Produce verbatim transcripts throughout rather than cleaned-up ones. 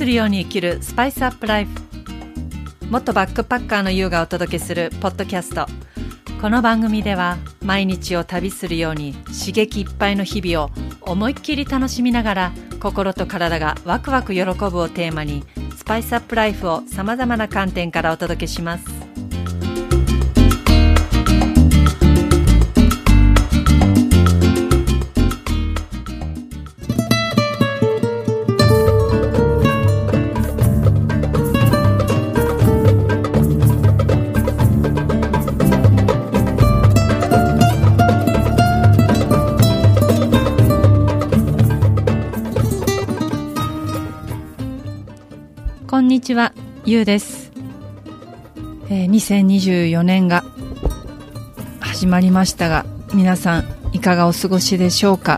するように生きるスパイスアップライフ。元バックパッカーのユウがお届けするポッドキャスト。この番組では毎日を旅するように刺激いっぱいの日々を思いっきり楽しみながら、心と体がワクワク喜ぶをテーマにスパイスアップライフをさまざまな観点からお届けします。こんにちは、ゆうです。えー、にせんにじゅうよねんが始まりましたが、皆さんいかがお過ごしでしょうか。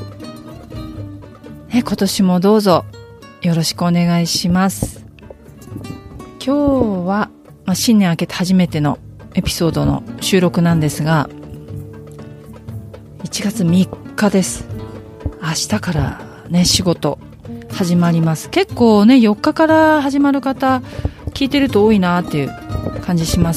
え今年もどうぞよろしくお願いします。今日は、まあ、新年明けて初めてのエピソードの収録なんですが、いちがつみっかです。明日からね、仕事始まります。結構ね、よっかから始まる方聞いてると多いなっていう感じします。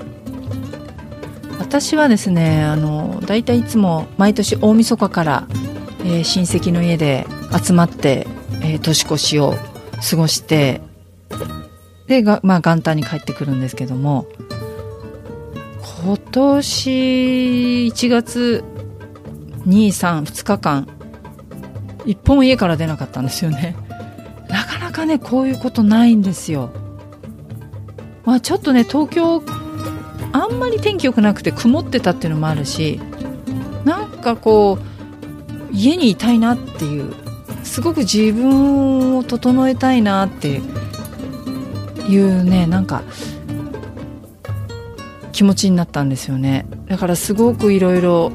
私はですね、あのだいたいいつも毎年大晦日から、えー、親戚の家で集まって、えー、年越しを過ごしてでが、まあ、元旦に帰ってくるんですけども、今年いちがつに、さん、ふつかかん一歩も家から出なかったんですよね。なかなかね、こういうことないんですよ。まあちょっとね、東京あんまり天気良くなくて曇ってたっていうのもあるし、なんかこう家にいたいなっていう、すごく自分を整えたいなっていうね、なんか気持ちになったんですよね。だからすごくいろいろ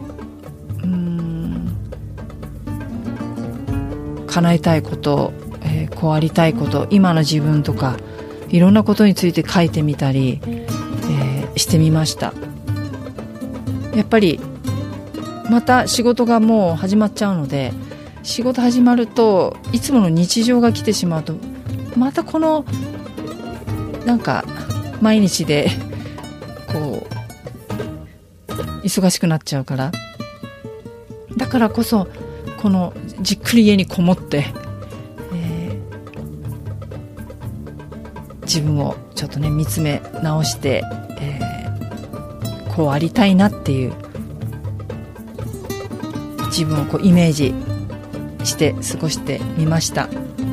叶えたいこと、えー、こうありたいこと、今の自分とかいろんなことについて書いてみたり、えー、してみました。やっぱりまた仕事がもう始まっちゃうので、仕事始まるといつもの日常が来てしまうと、またこのなんか毎日でこう忙しくなっちゃうから、だからこそこのじっくり家にこもって、えー、自分をちょっとね見つめ直して、えー、こうありたいなっていう自分をこうイメージして過ごしてみました。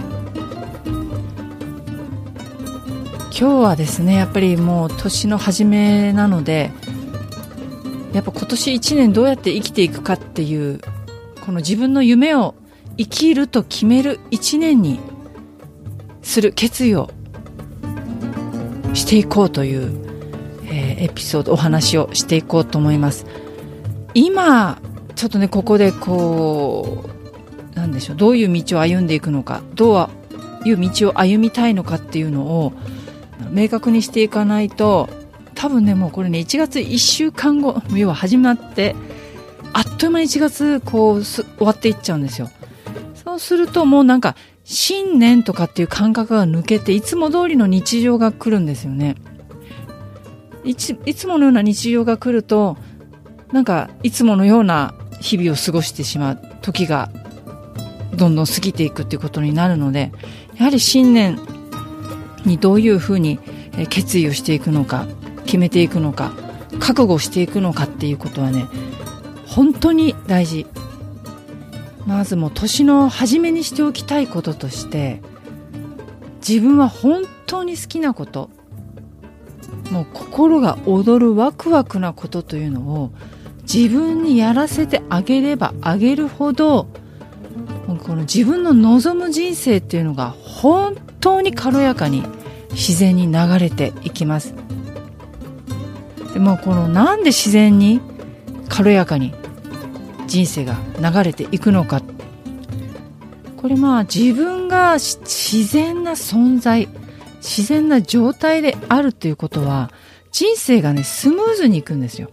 今日はですね、やっぱりもう年の初めなので、やっぱ今年いちねんどうやって生きていくかっていう、この自分の夢を生きると決める一年にする決意をしていこうという、えー、エピソード、お話をしていこうと思います。今ちょっとね、ここでこうなんでしょう、どういう道を歩んでいくのか、どういう道を歩みたいのかっていうのを明確にしていかないと、多分ね、もうこれね、いちがついっしゅうかんご、要は始まってあっという間にいちがつこう終わっていっちゃうんですよ。そうするともうなんか新年とかっていう感覚が抜けて、いつも通りの日常が来るんですよね。いつ、いつものような日常が来ると、なんかいつものような日々を過ごしてしまう時がどんどん過ぎていくっていうことになるので、やはり新年にどういうふうに決意をしていくのか、決めていくのか、覚悟していくのかっていうことはね、本当に大事。まずもう年の初めにしておきたいこととして、自分は本当に好きなこと、もう心が躍るワクワクなことというのを自分にやらせてあげればあげるほど、この自分の望む人生っていうのが本当に軽やかに自然に流れていきます。でもこのなんで自然に軽やかに人生が流れていくのか、これまあ自分が自然な存在、自然な状態であるということは、人生がねスムーズにいくんですよ。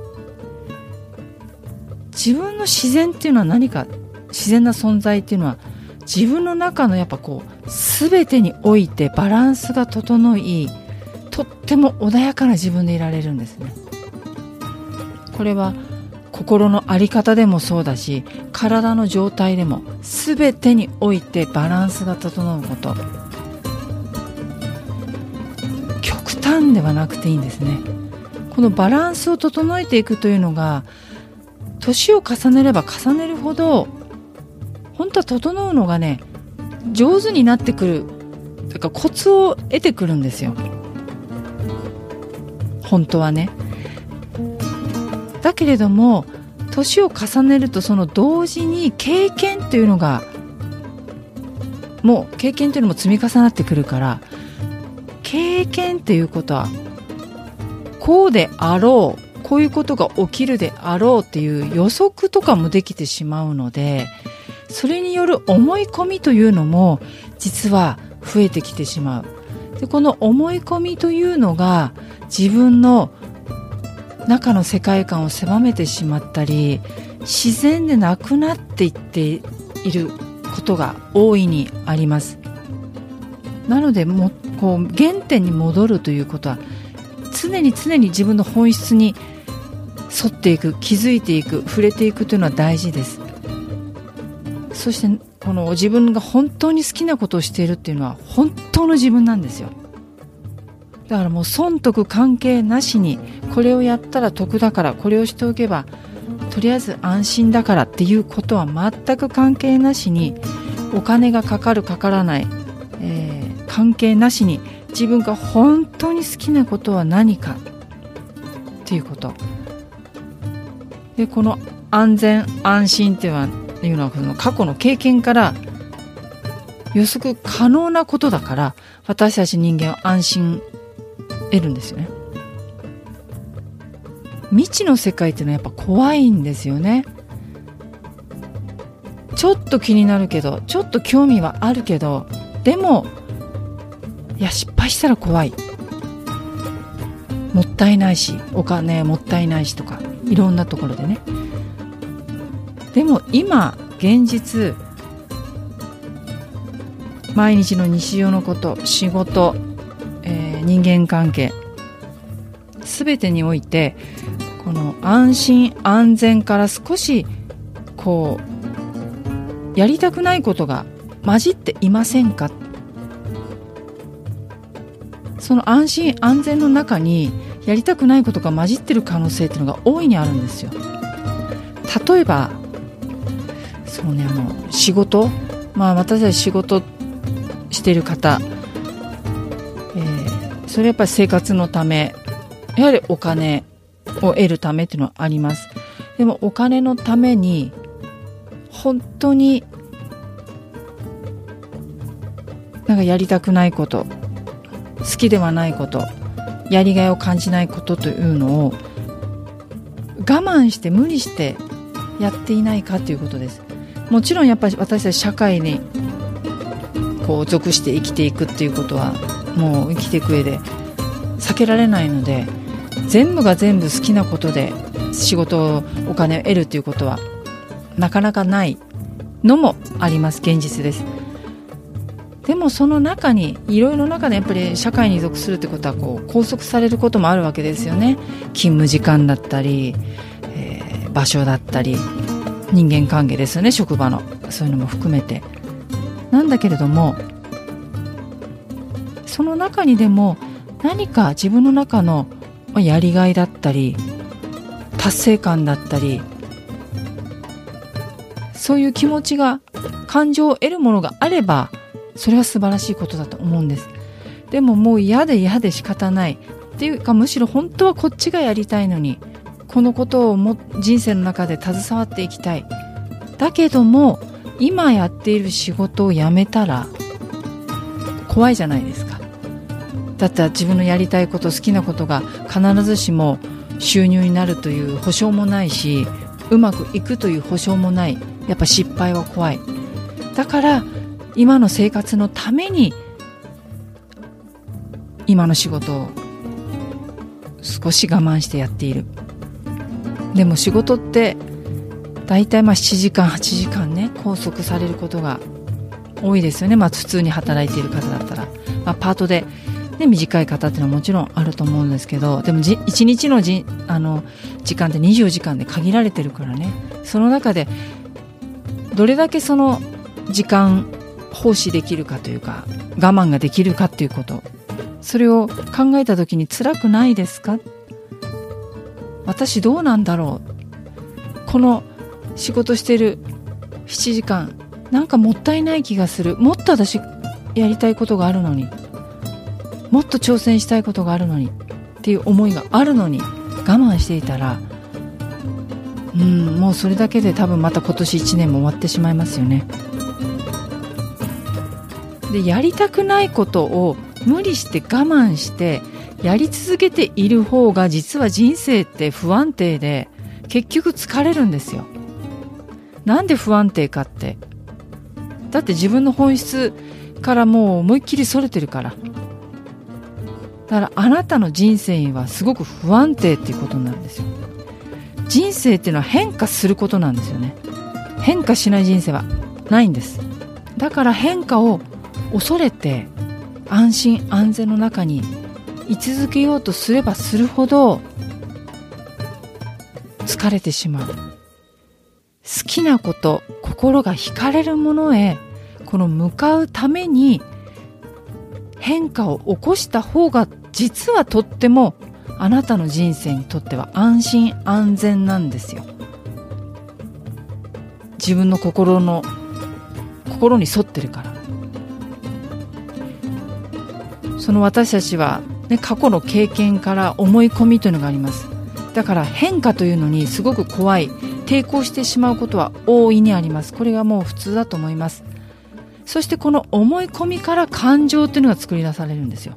自分の自然っていうのは何か、自然な存在っていうのは自分の中のやっぱこう全てにおいてバランスが整い、とっても穏やかな自分でいられるんですね。これは心の在り方でもそうだし、体の状態でも全てにおいてバランスが整うこと、極端ではなくていいんですね。このバランスを整えていくというのが、年を重ねれば重ねるほど本当は整うのがね、上手になってくる、だからコツを得てくるんですよ、本当はね。だけれども年を重ねると、その同時に経験というのが、もう経験というのも積み重なってくるから、経験ということはこうであろう、こういうことが起きるであろうっていう予測とかもできてしまうので、それによる思い込みというのも実は増えてきてしまう。で、この思い込みというのが自分の中の世界観を狭めてしまったり、自然でなくなっていっていることが大いにあります。なので、もこう原点に戻るということは、常に常に自分の本質に沿っていく、気づいていく、触れていくというのは大事です。そしてこの自分が本当に好きなことをしているっていうのは本当の自分なんですよ。だからもう損得関係なしに、これをやったら得だから、これをしておけばとりあえず安心だからっていうことは全く関係なしに、お金がかかるかからない、えー、関係なしに、自分が本当に好きなことは何かっていうことで、この安全安心っていうのはこの過去の経験から予測可能なことだから、私たち人間は安心得るんですよね。未知の世界っていうのはやっぱ怖いんですよね。ちょっと気になるけど、ちょっと興味はあるけど、でもいや失敗したら怖い、もったいないし、お金もったいないしとか、いろんなところでね。でも今現実、毎日の日常のこと、仕事、えー、人間関係、すべてにおいてこの安心安全から少しこうやりたくないことが混じっていませんか。その安心安全の中にやりたくないことが混じってる可能性っていうのが大いにあるんですよ。例えばそうね、あの仕事、まあ私たち仕事している方、えー、それやっぱり生活のため、やはりお金を得るためっていうのはあります。でもお金のために本当になんかやりたくないこと、好きではないこと、やりがいを感じないことというのを我慢して無理してやっていないかということです。もちろんやっぱり私たち社会にこう属して生きていくっていうことはもう生きていく上で避けられないので、全部が全部好きなことで仕事、お金を得るということはなかなかないのもあります。現実です。でもその中に、いろいろな中でやっぱり社会に属するということはこう拘束されることもあるわけですよね。勤務時間だったり、えー、場所だったり、人間関係ですよね、職場の、そういうのも含めてなんだけれども、その中にでも何か自分の中のやりがいだったり達成感だったり、そういう気持ちが、感情を得るものがあれば、それは素晴らしいことだと思うんです。でももう嫌で嫌で仕方ないっていうか、むしろ本当はこっちがやりたいのに、このことをも人生の中で携わっていきたい。だけども今やっている仕事を辞めたら怖いじゃないですか。だったら自分のやりたいこと、好きなことが必ずしも収入になるという保証もないし、うまくいくという保証もない。やっぱ失敗は怖い。だから今の生活のために今の仕事を少し我慢してやっている。でも仕事ってだいたいまあしちじかんはちじかんね、拘束されることが多いですよね。まあ普通に働いている方だったら、まあ、パートで、ね、短い方っていうのはもちろんあると思うんですけど、でもじいちにちのじあの時間ってにじゅうよじかんで限られてるからね。その中でどれだけその時間奉仕できるかというか、我慢ができるかということ、それを考えた時に辛くないですか？私どうなんだろう、この仕事してるななじかんなんかもったいない気がする、もっと私やりたいことがあるのに、もっと挑戦したいことがあるのにっていう思いがあるのに我慢していたら、うん、もうそれだけで多分また今年いちねんも終わってしまいますよね。で、やりたくないことを無理して我慢してやり続けている方が、実は人生って不安定で結局疲れるんですよ。なんで不安定かって、だって自分の本質からもう思いっきりそれてるから。だからあなたの人生はすごく不安定っていうことなんですよ。人生っていうのは変化することなんですよね。変化しない人生はないんです。だから変化を恐れて安心安全の中に居続けようとすればするほど疲れてしまう。好きなこと、心が惹かれるものへこの向かうために変化を起こした方が、実はとってもあなたの人生にとっては安心安全なんですよ。自分の心の心に沿ってるから。その私たちは、ね、過去の経験から思い込みというのがあります。だから変化というのにすごく怖い、抵抗してしまうことは大いにあります。これがもう普通だと思います。そしてこの思い込みから感情というのが作り出されるんですよ。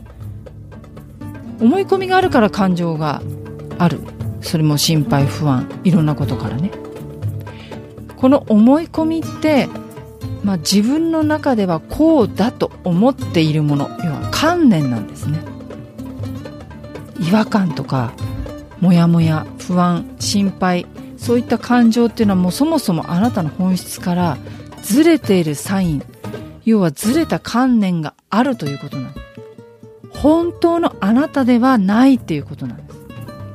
思い込みがあるから感情がある。それも心配不安、いろんなことからね。この思い込みって、まあ、自分の中ではこうだと思っているもの、要は観念なんですね。違和感とかモヤモヤ、不安、心配、そういった感情っていうのはもうそもそもあなたの本質からずれているサイン、要はずれた観念があるということなんです。本当のあなたではないっていうことなんです。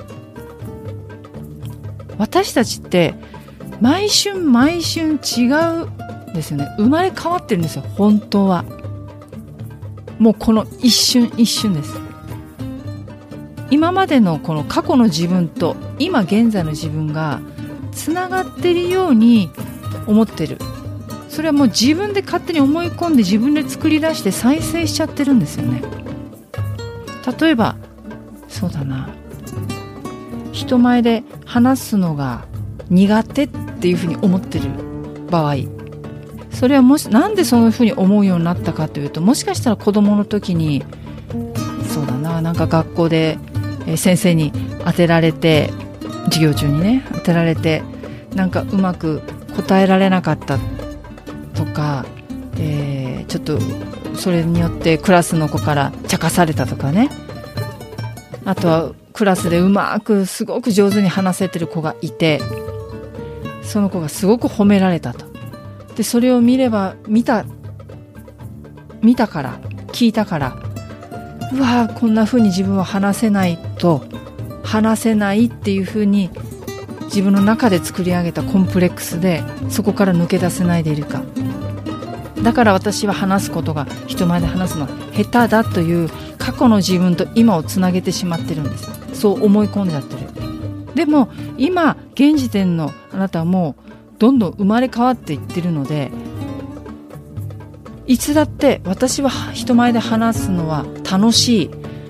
私たちって毎春毎春違うんですよね。生まれ変わってるんですよ、本当は。もうこの一瞬一瞬です。今までのこの過去の自分と今現在の自分がつながっているように思ってる。それはもう自分で勝手に思い込んで自分で作り出して再生しちゃってるんですよね。例えばそうだな、人前で話すのが苦手っていうふうに思ってる場合、それはもしなんでそういうふうに思うようになったかというと、もしかしたら子供の時にそうだな、なんか学校で先生に当てられて、授業中にね当てられて、なんかうまく答えられなかったとか、えー、ちょっとそれによってクラスの子から茶化されたとかね。あとはクラスでうまくすごく上手に話せてる子がいて、その子がすごく褒められたと。でそれを見れば見た見たから聞いたから、うわーこんな風に自分は話せないと話せないっていう風に自分の中で作り上げたコンプレックスで、そこから抜け出せないでいるか。だから私は話すことが、人前で話すのは下手だという過去の自分と今をつなげてしまってるんです。そう思い込んじゃってる。でも今現時点のあなたはもうどんどん生まれ変わっていってるので、いつだって私は人前で話すのは楽しい、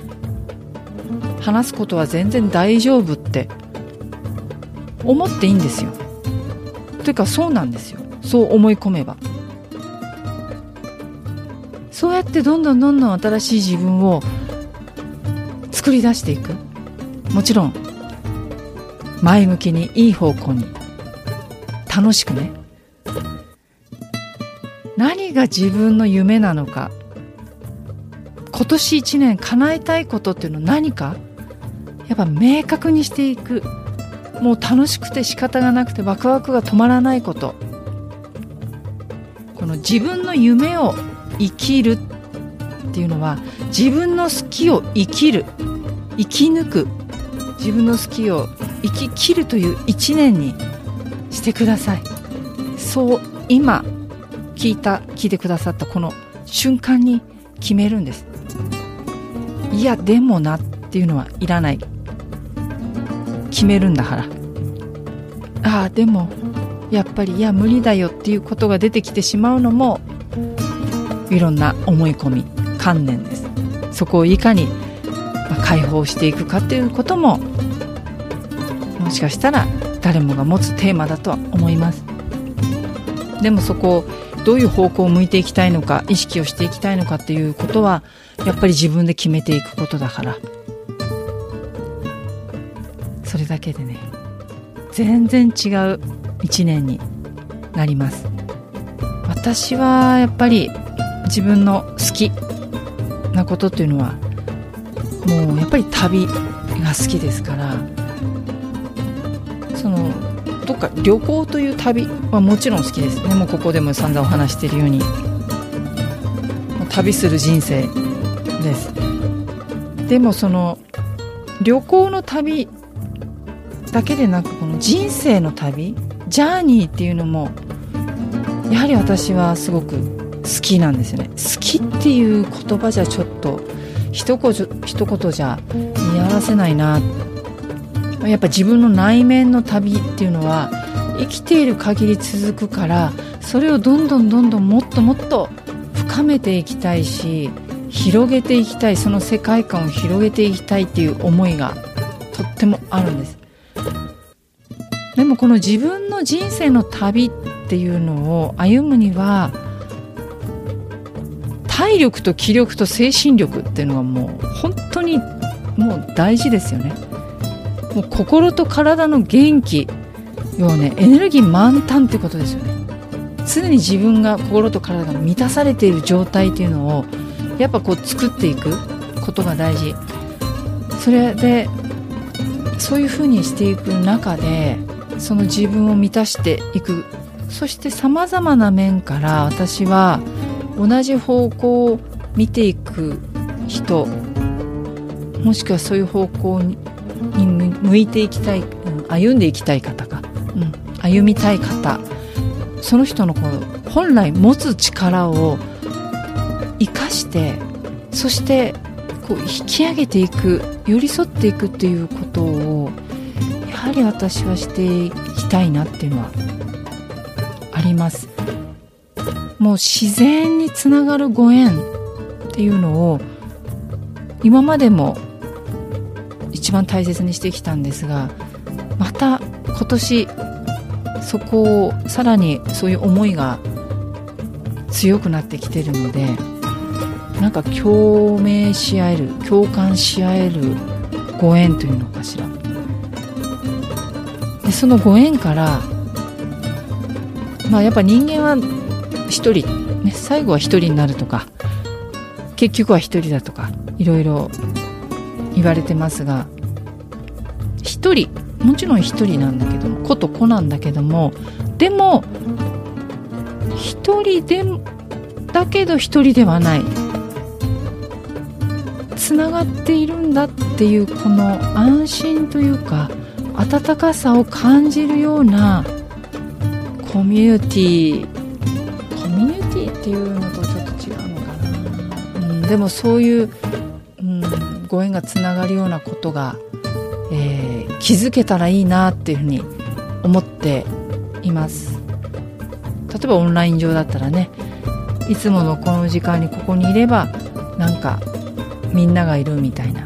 話すことは全然大丈夫って思っていいんですよ。というかそうなんですよ。そう思い込めば、そうやってどんどんどんどん新しい自分を作り出していく。もちろん前向きにいい方向に楽しくね。何が自分の夢なのか、今年一年叶えたいことっていうのは何か、やっぱ明確にしていく。もう楽しくて仕方がなくてワクワクが止まらないこと、この自分の夢を生きるっていうのは、自分の好きを生きる、生き抜く、自分の好きを生き切るという一年にしてください。そう今聞いた聞いてくださったこの瞬間に決めるんです。いやでもなっていうのはいらない。決めるんだから。ああでもやっぱりいや無理だよっていうことが出てきてしまうのもいろんな思い込み、観念です。そこをいかに解放していくかっていうことももしかしたら誰もが持つテーマだとは思います。でもそこをどういう方向を向いていきたいのか、意識をしていきたいのかっていうことはやっぱり自分で決めていくことだから、それだけでね全然違う一年になります。私はやっぱり自分の好きなことっていうのはもうやっぱり旅が好きですから、そのどっか旅行という旅はもちろん好きですね。もうここでも散々お話しているように旅する人生です。でもその旅行の旅だけでなく、この人生の旅、ジャーニーっていうのもやはり私はすごく好きなんですよね。好きっていう言葉じゃちょっと一言一言じゃ言い表せないな。やっぱ自分の内面の旅っていうのは生きている限り続くから、それをどんどんどんどんもっともっと深めていきたいし、広げていきたい、その世界観を広げていきたいっていう思いがとってもあるんです。でもこの自分の人生の旅っていうのを歩むには体力と気力と精神力っていうのはもう本当にもう大事ですよね。もう心と体の元気、要はねエネルギー満タンってことですよね。常に自分が心と体が満たされている状態っていうのをやっぱこう作っていくことが大事。それでそういうふうにしていく中でその自分を満たしていく。そしてさまざまな面から私は同じ方向を見ていく人、もしくはそういう方向に向いていきたい、うん、歩んでいきたい方か、うん、歩みたい方、その人のこう本来持つ力を生かして、そしてこう引き上げていく、寄り添っていくっていうことをやはり私はしていきたいなっていうのはあります。もう自然につながるご縁っていうのを今までも一番大切にしてきたんですが、また今年そこをさらにそういう思いが強くなってきてるので、なんか共鳴し合える、共感し合えるご縁というのかしら。でそのご縁から、まあ、やっぱ人間は一人、ね、最後は一人になるとか結局は一人だとかいろいろ言われてますが、一人もちろん一人なんだけども、子と子なんだけども、でも一人でだけど一人ではない、つながっているんだっていうこの安心というか温かさを感じるようなコミュニティコミュニティっていうのとちょっと違うのかな、うん、でもそういう、うん、ご縁がつながるようなことが、えー、気づけたらいいなっていうふうに思っています。例えばオンライン上だったらね、いつものこの時間にここにいればなんかみんながいるみたいな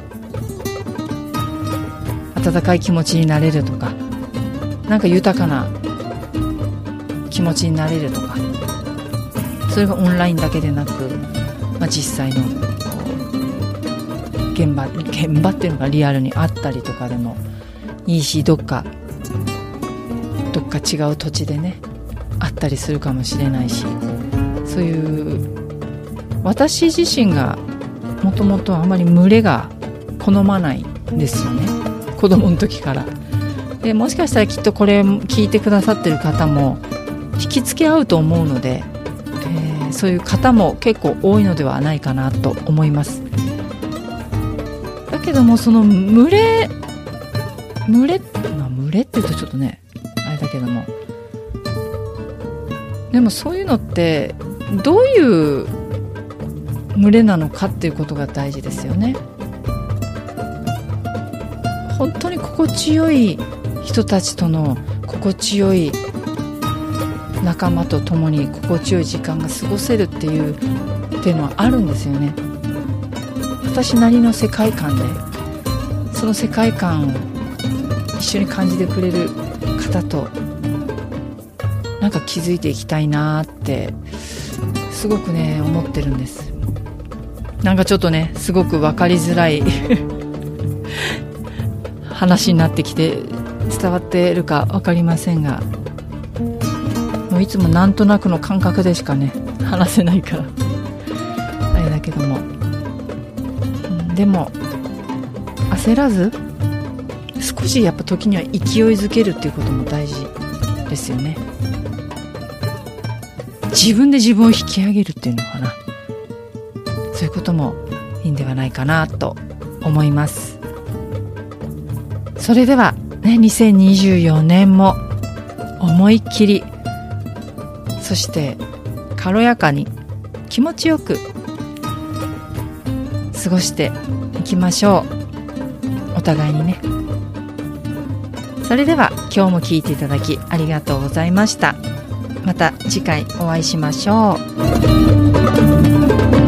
温かい気持ちになれるとか、なんか豊かな気持ちになれるとか、それがオンラインだけでなく、まあ、実際のこう現場現場っていうのがリアルにあったりとかでもいいし、どっかどっか違う土地でねあったりするかもしれないし、そういう私自身がもともとあまり群れが好まないんですよね、子供の時から。でもしかしたらきっとこれ聞いてくださってる方も引きつけ合うと思うので、 そういう方も結構多いのではないかなと思います。だけどもその群れ群れ、まあ、群れって言うとちょっとねあれだけども、でもそういうのってどういう群れなのかっていうことが大事ですよね。本当に心地よい人たちとの心地よい仲間と共に心地よい時間が過ごせるっていうっていうのはあるんですよね。私なりの世界観でその世界観を一緒に感じてくれる方となんか気づいていきたいなってすごくね思ってるんです。なんかちょっとねすごく分かりづらい話になってきて伝わっているか分かりませんが、もういつもなんとなくの感覚でしかね話せないからあれだけども、でも焦らず少しやっぱ時には勢いづけるっていうことも大事ですよね。自分で自分を引き上げるっていうのかな、そういうこともいいんではないかなと思います。それでは、ね、にせんにじゅうよねんも思いっきりそして軽やかに気持ちよく過ごしていきましょう。お互いにね。それでは今日も聞いていただきありがとうございました。また次回お会いしましょう。